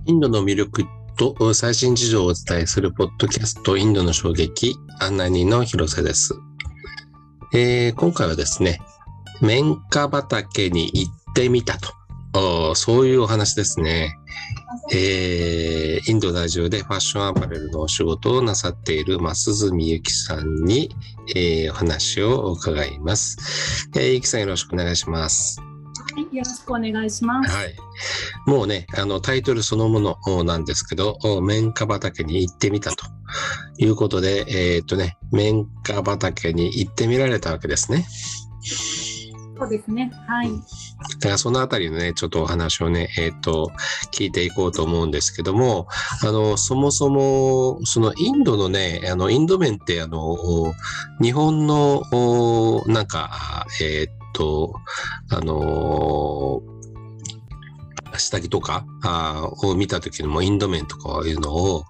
インドの魅力と最新事情をお伝えするポッドキャストインドの衝撃案内人の広瀬です。今回はですね、綿花畑に行ってみたと、そういうお話ですね。インド在住でファッションアパレルのお仕事をなさっている増住由紀さんに、お話を伺います。由紀さんよろしくお願いします。 はい、よろしくお願いします。 はい。もうね、タイトルそのものなんですけど、綿花畑に行ってみたということで、綿花畑に行ってみられたわけですね。 そうですね。はい。 だからそのあたりのね、ちょっとお話をね、聞いていこうと思うんですけども、そもそも、そのインドのね、インド麺って、日本の、なんか、下着とかを見たときにもインド麺とかいうのを、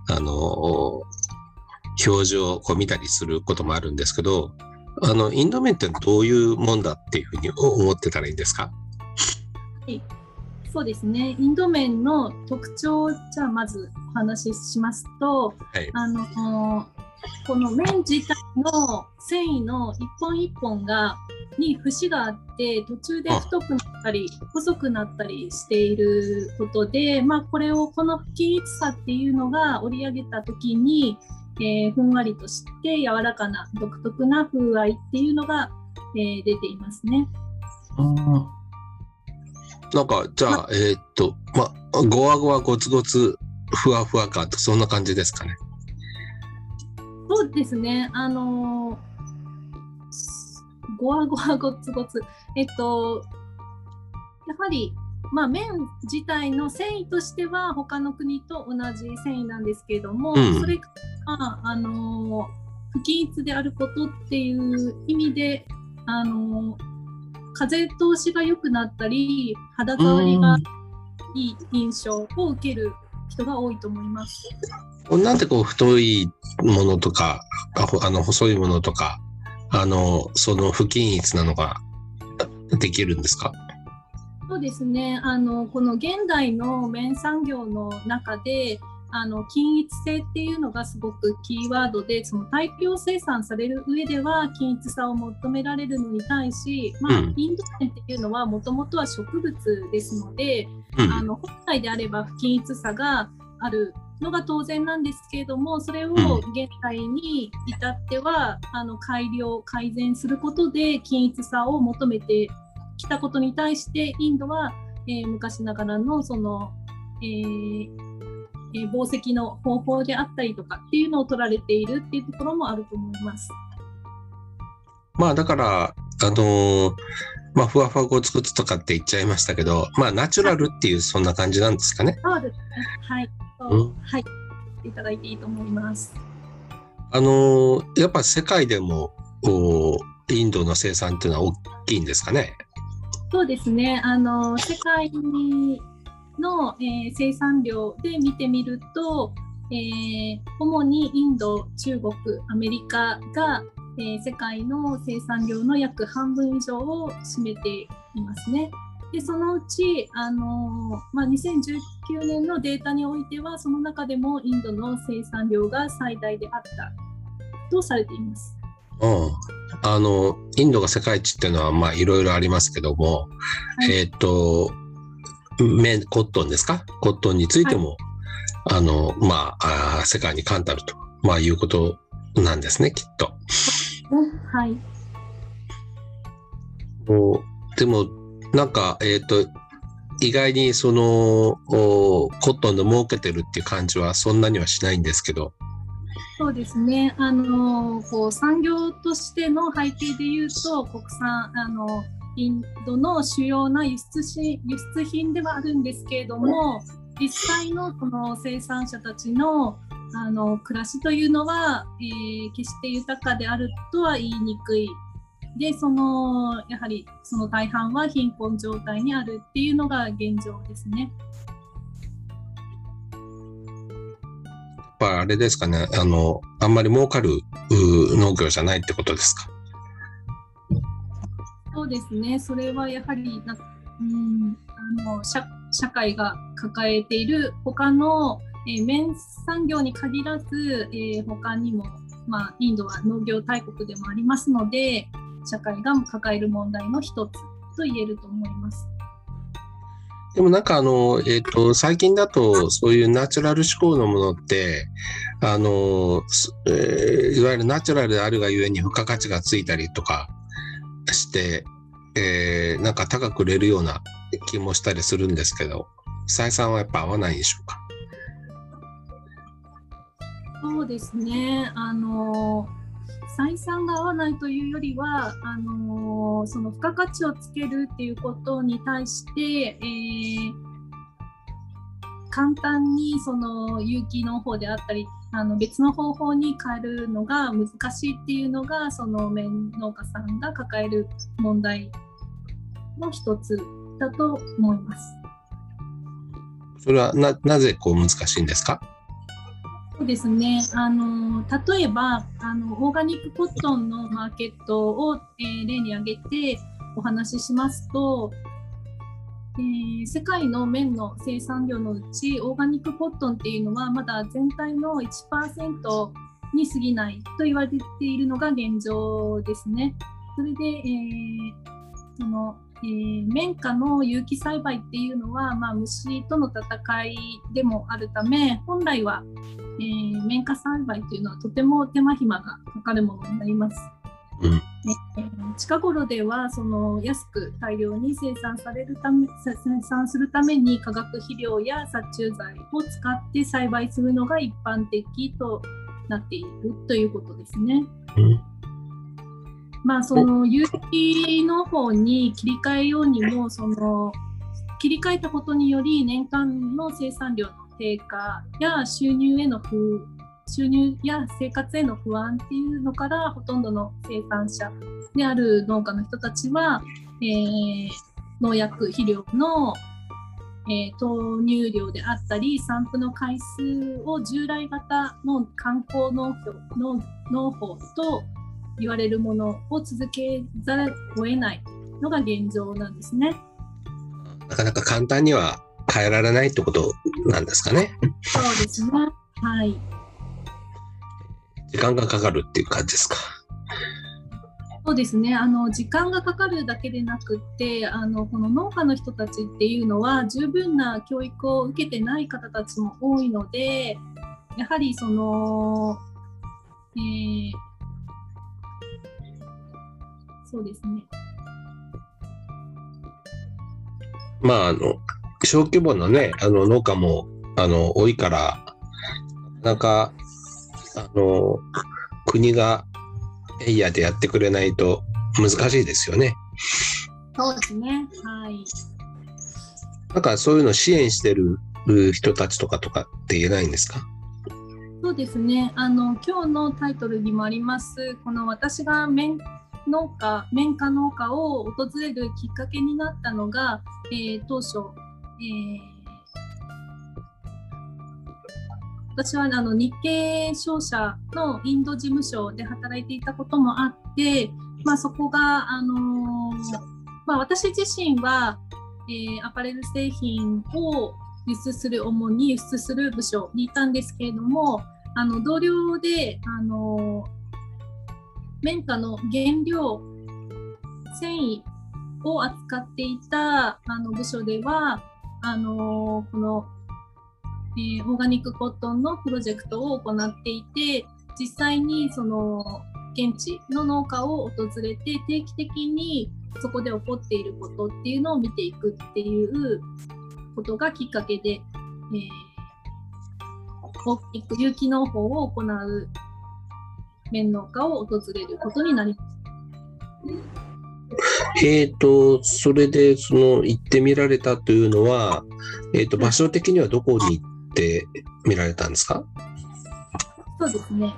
表示をこう見たりすることもあるんですけど、インド麺ってどういうもんだっていうふうに思ってたらいいんですか？ はい、そうですね。インド麺の特徴をじゃあまずお話ししますと、はい、この麺自体の繊維の一本一本に節があって途中で太くなったり細くなったりしていることで、この不均一さっていうのが織り上げた時に、ふんわりとして柔らかな独特な風合いっていうのが、出ていますね。 なんかじゃあ、ゴワゴワゴツゴツふわふわかとそんな感じですかね。 そうですね。ゴワゴワゴツゴツ。やはり、麺自体の繊維としては他の国と同じ繊維なんですけれども、それが、不均一であることっていう意味で、風通しが良くなったり、肌触りがいい印象を受ける人が多いと思います。 なんでこう太いものとか、細いものとか、その不均一なのができるんですか？ そうですね。この現代の綿産業の中で、均一性っていうのがすごくキーワードで、その大量生産される上では均一さを求められるのに対し、インド麺っていうのはもともとは植物ですので、本来であれば不均一さがあるのが当然なんですけれども、それを現代に至っては改善することで均一さを求めてきたことに対してインドは、昔ながらのその、紡績の方法であったりとかっていうのを取られているっていうところもあると思います。 だからふわふわゴツゴツとかって言っちゃいましたけど、ナチュラルっていうそんな感じなんですかね。 そうですね。はい。はい。いただいていいと思います。 やっぱ世界でもインドの生産っていうのは大きいんですかね。 そうですね。世界の、生産量で見てみると、主にインド、中国、アメリカが、世界の生産量の約半分以上を占めていますね。でそのうち2019年のデータにおいてはその中でもインドの生産量が最大であったとされています。 インドが世界一っていうのはいろいろありますけども、はい、コットンですか？コットンについても、はい、世界に冠たると、いうことなんですね、きっと。 はい。 でもなんか意外にそのコットンで儲けてるっていう感じはそんなにはしないんですけど。 そうですね。産業としての背景でいうと国産インドの主要な輸出品ではあるんですけれども、実際のこの生産者たちの暮らしというのは、決して豊かであるとは言いにくい。でやはりその大半は貧困状態にあるっていうのが現状ですね。 やっぱあれですかね、あんまり儲かる農業じゃないってことですか？ そうですね。それはやはり社会が抱えている他の、綿産業に限らず、他にも、インドは農業大国でもありますので、社会が抱える問題の一つと言えると思います。 でもなんか最近だとそういうナチュラル思考のものっていわゆるナチュラルであるがゆえに付加価値がついたりとかして、なんか高く売れるような気もしたりするんですけど、採算はやっぱ合わないんでしょうか？ そうですね、採算が合わないというよりは、その付加価値をつけるっていうことに対して、簡単にその有機農法であったり別の方法に変えるのが難しいっていうのが、その綿農家さんが抱える問題の一つだと思います。 それはなぜこう難しいんですか？ そうですね、例えばオーガニックコットンのマーケットを、例に挙げてお話ししますと、世界の綿の生産量のうちオーガニックコットンっていうのはまだ全体の 1% に過ぎないと言われているのが現状ですね。それで、綿花の有機栽培っていうのは、虫との戦いでもあるため、本来は、綿花栽培というのはとても手間暇がかかるものになります。近頃ではその安く大量に生産するために化学肥料や殺虫剤を使って栽培するのが一般的となっているということですね。その有機農法に切り替えようにも、その切り替えたことにより年間の生産量の低下や収入や生活への不安っていうのから、ほとんどの生産者である農家の人たちは、農薬肥料の、投入量であったり散布の回数を従来型の観光農法と言われるものを続けざるを得ないのが現状なんですね。 なかなか簡単には変えられないってことなんですかね。 そうですね。はい。 時間がかかるっていう感じですか？ そうですね。時間がかかるだけでなくって、この農家の人たちっていうのは十分な教育を受けてない方たちも多いので、やはりその、そうですね。 小規模なね、農家も多いから、なかなか国がエイヤでやってくれないと難しいですよね。 そうですね。はい。 なんかそういうのを支援してる人たちとかって言えないんですか？ そうですね。今日のタイトルにもあります、この私が綿花農家を訪れるきっかけになったのが、当初、私は日系商社のインド事務所で働いていたこともあって、そこが、私自身は、アパレル製品を主に輸出する部署にいたんですけれども、同僚で綿花の原料繊維を扱っていた部署ではこの、オーガニックコットンのプロジェクトを行っていて、実際にその現地の農家を訪れて定期的にそこで起こっていることっていうのを見ていくっていうことがきっかけで、有機農法を行う綿農家を訪れることになりました。それで行ってみられたというのは、場所的にはどこに行ってみられたんですか？ そうですね。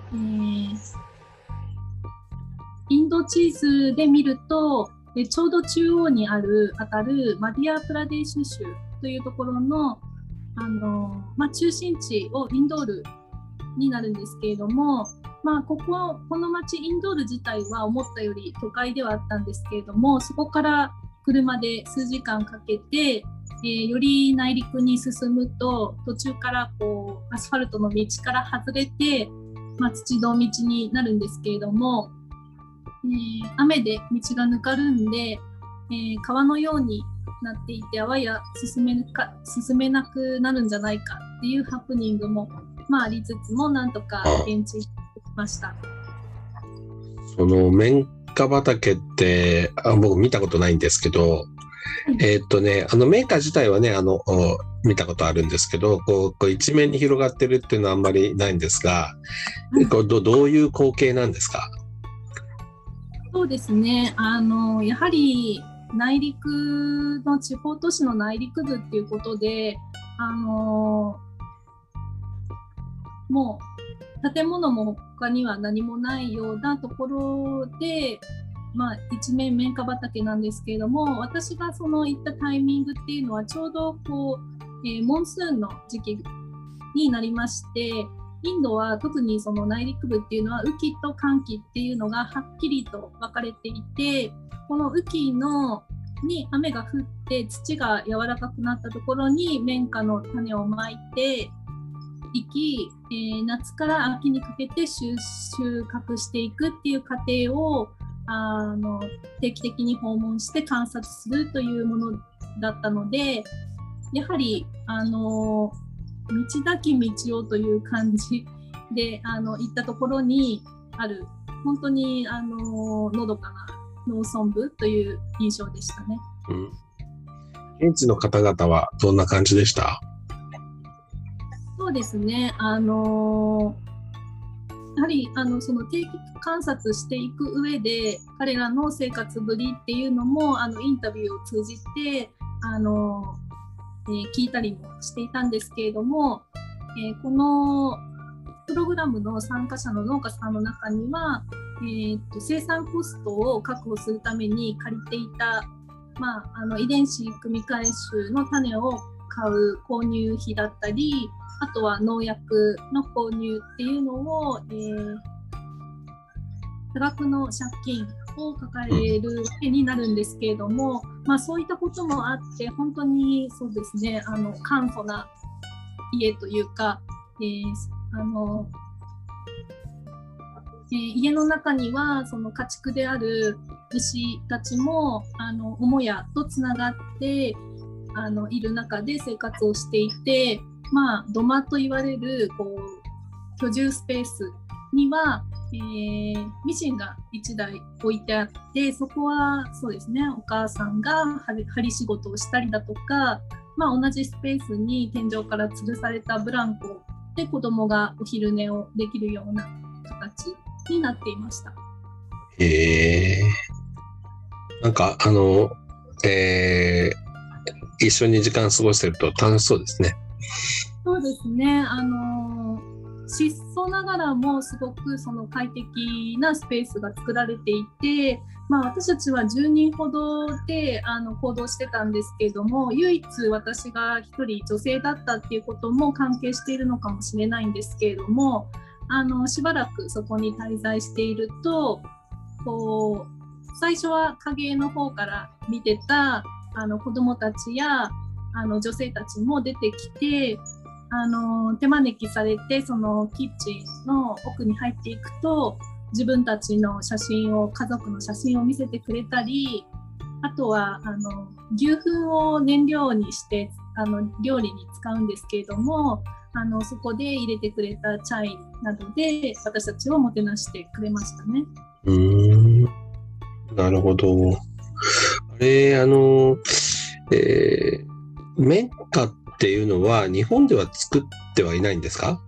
インド地図で見ると、ちょうど中央に当たるマディアプラデーシュ州というところの、中心地をインドールになるんですけれども、この町インドール自体は思ったより都会ではあったんですけれども、そこから車で数時間かけて、 より内陸に進むと途中からこうアスファルトの道から外れて、土の道になるんですけれども、雨で道がぬかるんで、川のようになっていてあわや進めなくなるんじゃないかっていうハプニングも、ありつつもなんとか現地に行きました。 その綿花畑って僕見たことないんですけど、綿花自体はね見たことあるんですけど、こう一面に広がってるっていうのはあんまりないんですが、どういう光景なんですか？ そうですね、やはり内陸の地方都市の内陸部っていうことで、もう建物も他には何もないようなところで、一面綿花畑なんですけれども、私がその行ったタイミングっていうのはちょうどこう、モンスーンの時期になりまして、インドは特にその内陸部っていうのは雨季と乾季っていうのがはっきりと分かれていて、この雨季に雨が降って土が柔らかくなったところに綿花の種をまいていき、夏から秋にかけて収穫していくっていう過程を定期的に訪問して観察するというものだったので、やはり道なき道をという感じで行ったところにある本当にのどかな農村部という印象でしたね。 現地の方々はどんな感じでした？ そうですね、やはりその定期観察していく上で彼らの生活ぶりっていうのもインタビューを通じて聞いたりもしていたんですけれども、このプログラムの参加者の農家さんの中には、生産コストを確保するために借りていた、遺伝子組み換え種の種を買う購入費だったり、あとは農薬の購入っていうのを、多額の借金を抱えるわけになるんですけれども、そういったこともあって本当にそうですね、簡素な家というか、家の中にはその家畜である牛たちも母屋とつながっている中で生活をしていて、土間と言われるこう居住スペースには、ミシンが1台置いてあって、そこはそうですね、お母さんが針仕事をしたりだとか、同じスペースに天井から吊るされたブランコで子供がお昼寝をできるような形になっていました。 なんか一緒に時間過ごしてると楽しそうですね。 そうですね、質素ながらもすごくその快適なスペースが作られていて、私たちは10人ほどで行動してたんですけれども、唯一私が1人女性だったっていうことも関係しているのかもしれないんですけれども、しばらくそこに滞在していると、こう最初は影の方から見てた子どもたちや女性たちも出てきて、手招きされてそのキッチンの奥に入っていくと自分たちの写真を、家族の写真を見せてくれたり、あとは牛糞を燃料にして料理に使うんですけれども、そこで入れてくれたチャイなどで私たちをもてなしてくれましたね。 なるほど。綿花っていうのは日本では作ってはいないんですか？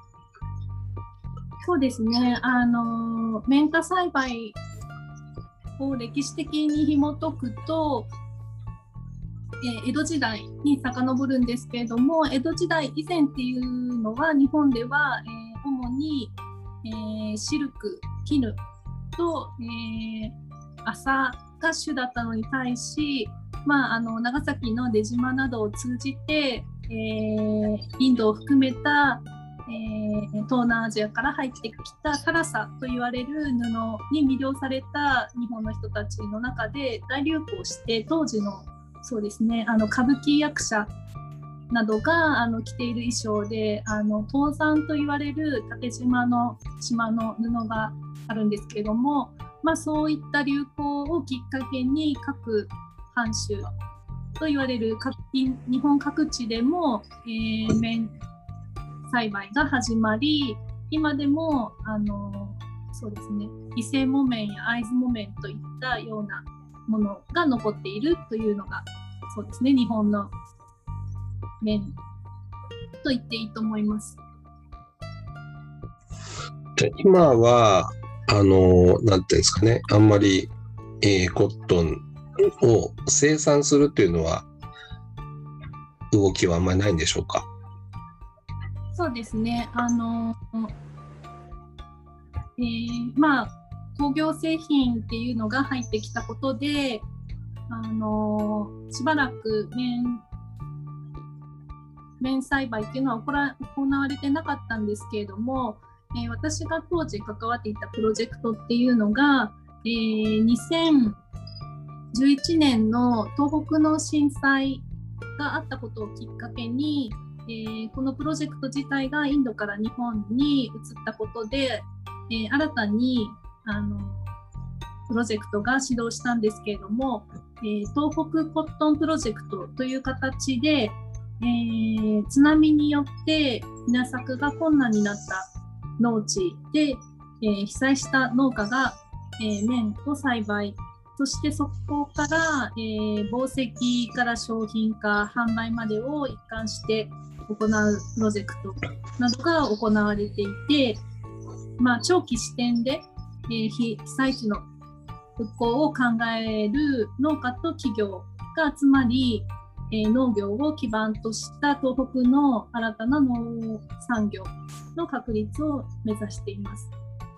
そうですね、綿花栽培を歴史的に紐解くと、江戸時代に遡るんですけれども、江戸時代以前っていうのは日本では、主に、シルク、絹と、麻が主だったのに対し、長崎の出島などを通じて、インドを含めた、東南アジアから入ってきたサラサと言われる布に魅了された日本の人たちの中で大流行して、当時のそうですね、歌舞伎役者などが着ている衣装で、東山と言われる縦縞の島の布があるんですけれども、そういった流行をきっかけに各藩主と言われる日本各地でも、綿栽培が始まり、今でもそうですね、伊勢木綿や会津木綿といったようなものが残っているというのが、そうですね、日本の綿と言っていいと思います。 今はなんていうんですかね、あんまり、コットンを生産するっていうのは動きはあんまりないんでしょうか？ そうですね、工業製品っていうのが入ってきたことで、しばらく綿栽培っていうのは行われてなかったんですけれども、私が当時関わっていたプロジェクトっていうのが、2011年の東北の震災があったことをきっかけに、このプロジェクト自体がインドから日本に移ったことで、新たにプロジェクトが始動したんですけれども、東北コットンプロジェクトという形で、津波によって稲作が困難になった農地で、被災した農家が、綿を栽培、そしてそこから、紡績から商品化販売までを一貫して行うプロジェクトなどが行われていて、長期視点で、被災地の復興を考える農家と企業が集まり、農業を基盤とした東北の新たな農産業の確立を目指しています。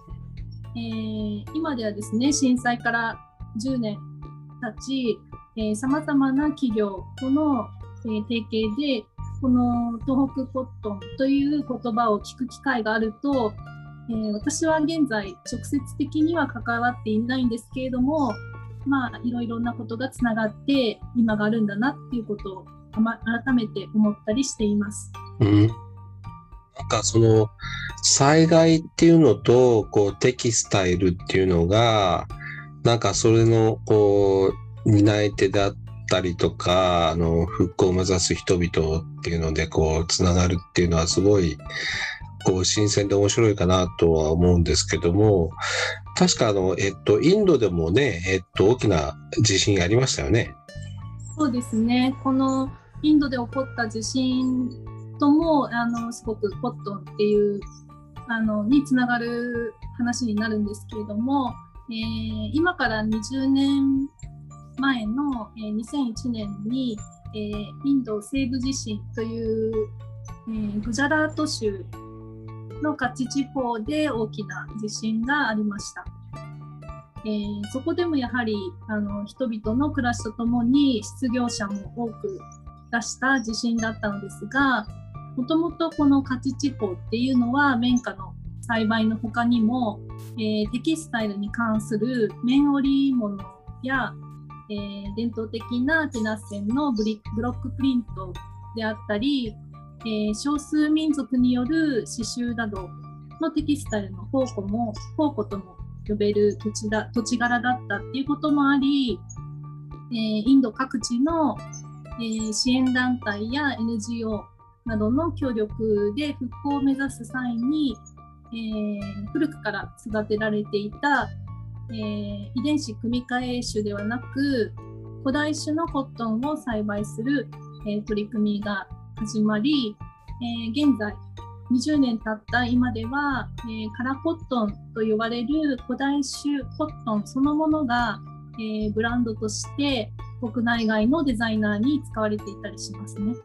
今ではですね、震災から10年経ち、さまざまな企業との、提携でこの東北コットンという言葉を聞く機会があると、私は現在直接的には関わっていないんですけれども、いろいろなことがつながって今があるんだなっていうことを改めて思ったりしています。 なんかその災害っていうのとテキスタイルっていうのがなんかそれの担い手であったりとか復興を目指す人々っていうのでつながるっていうのはすごい新鮮で面白いかなとは思うんですけども、確かインドでもね、大きな地震ありましたよね。 そうですね。このインドで起こった地震ともすごくコットンっていうにつながる話になるんですけれども、今から20年前の、2001年に、インド西部地震という、グジャラート州のカッチ地方で大きな地震がありました。そこでもやはり人々の暮らしとともに失業者も多く出した地震だったのですが、もともとこのカッチ地方っていうのは綿花の栽培の他にも、テキスタイルに関する綿織物や、伝統的なテナッセンのブロックプリントであったり、少数民族による刺繍などのテキスタイルの宝庫とも呼べる土地柄だったっていうこともあり、インド各地の、支援団体や NGO などの協力で復興を目指す際に、古くから育てられていた、遺伝子組み換え種ではなく古代種のコットンを栽培する、取り組みが始まり、現在20年経った今では、カラコットンと呼ばれる古代種コットンそのものが、ブランドとして国内外のデザイナーに使われていたりしますね。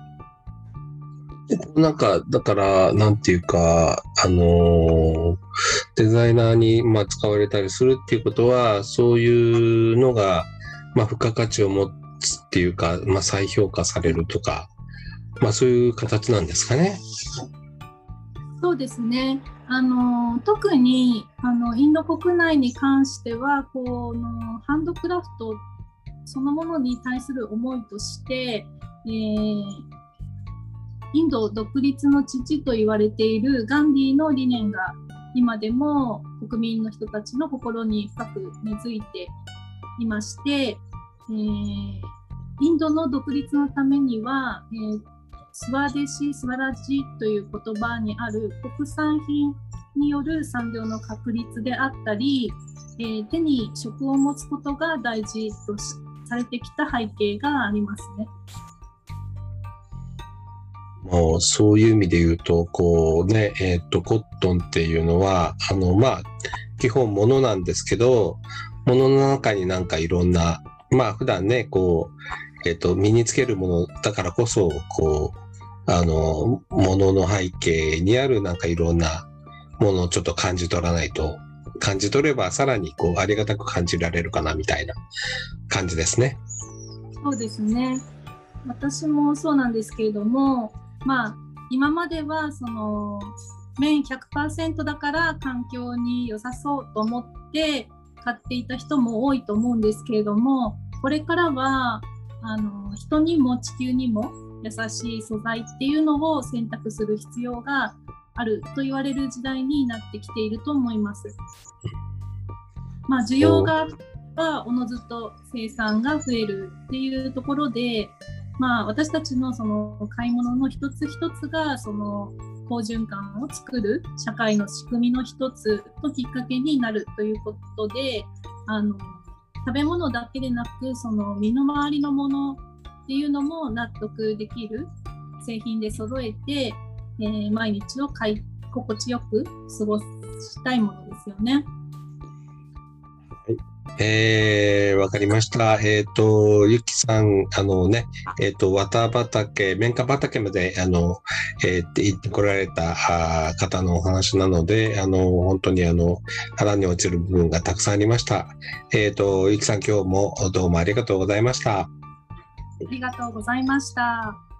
なんかだからなんていうかデザイナーに使われたりするっていうことはそういうのが付加価値を持つっていうか再評価されるとかそういう形なんですかね。 そうですね。特にインド国内に関してはこのハンドクラフトそのものに対する思いとして、インド独立の父と言われているガンディーの理念が今でも国民の人たちの心に深く根付いていまして、インドの独立のためには、スワデシー・スワラジという言葉にある国産品による産業の確立であったり、手に職を持つことが大事とされてきた背景がありますね。 もうそういう意味で言うと、こうね、コットンっていうのは、基本物なんですけど、物の中になんかいろんな、普段ね、こう、身につけるものだからこそ、こう、物の背景にあるなんかいろんなものをちょっと感じ取らないと、感じ取ればさらにこう、ありがたく感じられるかなみたいな感じですね。 そうですね。私もそうなんですけれども、今まではその綿 100% だから環境に良さそうと思って買っていた人も多いと思うんですけれども、これからは人にも地球にも優しい素材っていうのを選択する必要があると言われる時代になってきていると思います。需要がおのずと生産が増えるっていうところで、私たちのその買い物の一つ一つがその好循環を作る社会の仕組みの一つときっかけになるということで、食べ物だけでなくその身の回りのものっていうのも納得できる製品で揃えて、毎日を心地よく過ごしたいものですよね。 わかりました。ゆきさん、綿畑、綿花畑まで、行ってこられた方のお話なので、本当に腹に落ちる部分がたくさんありました。ゆきさん、今日もどうもありがとうございました。 ありがとうございました。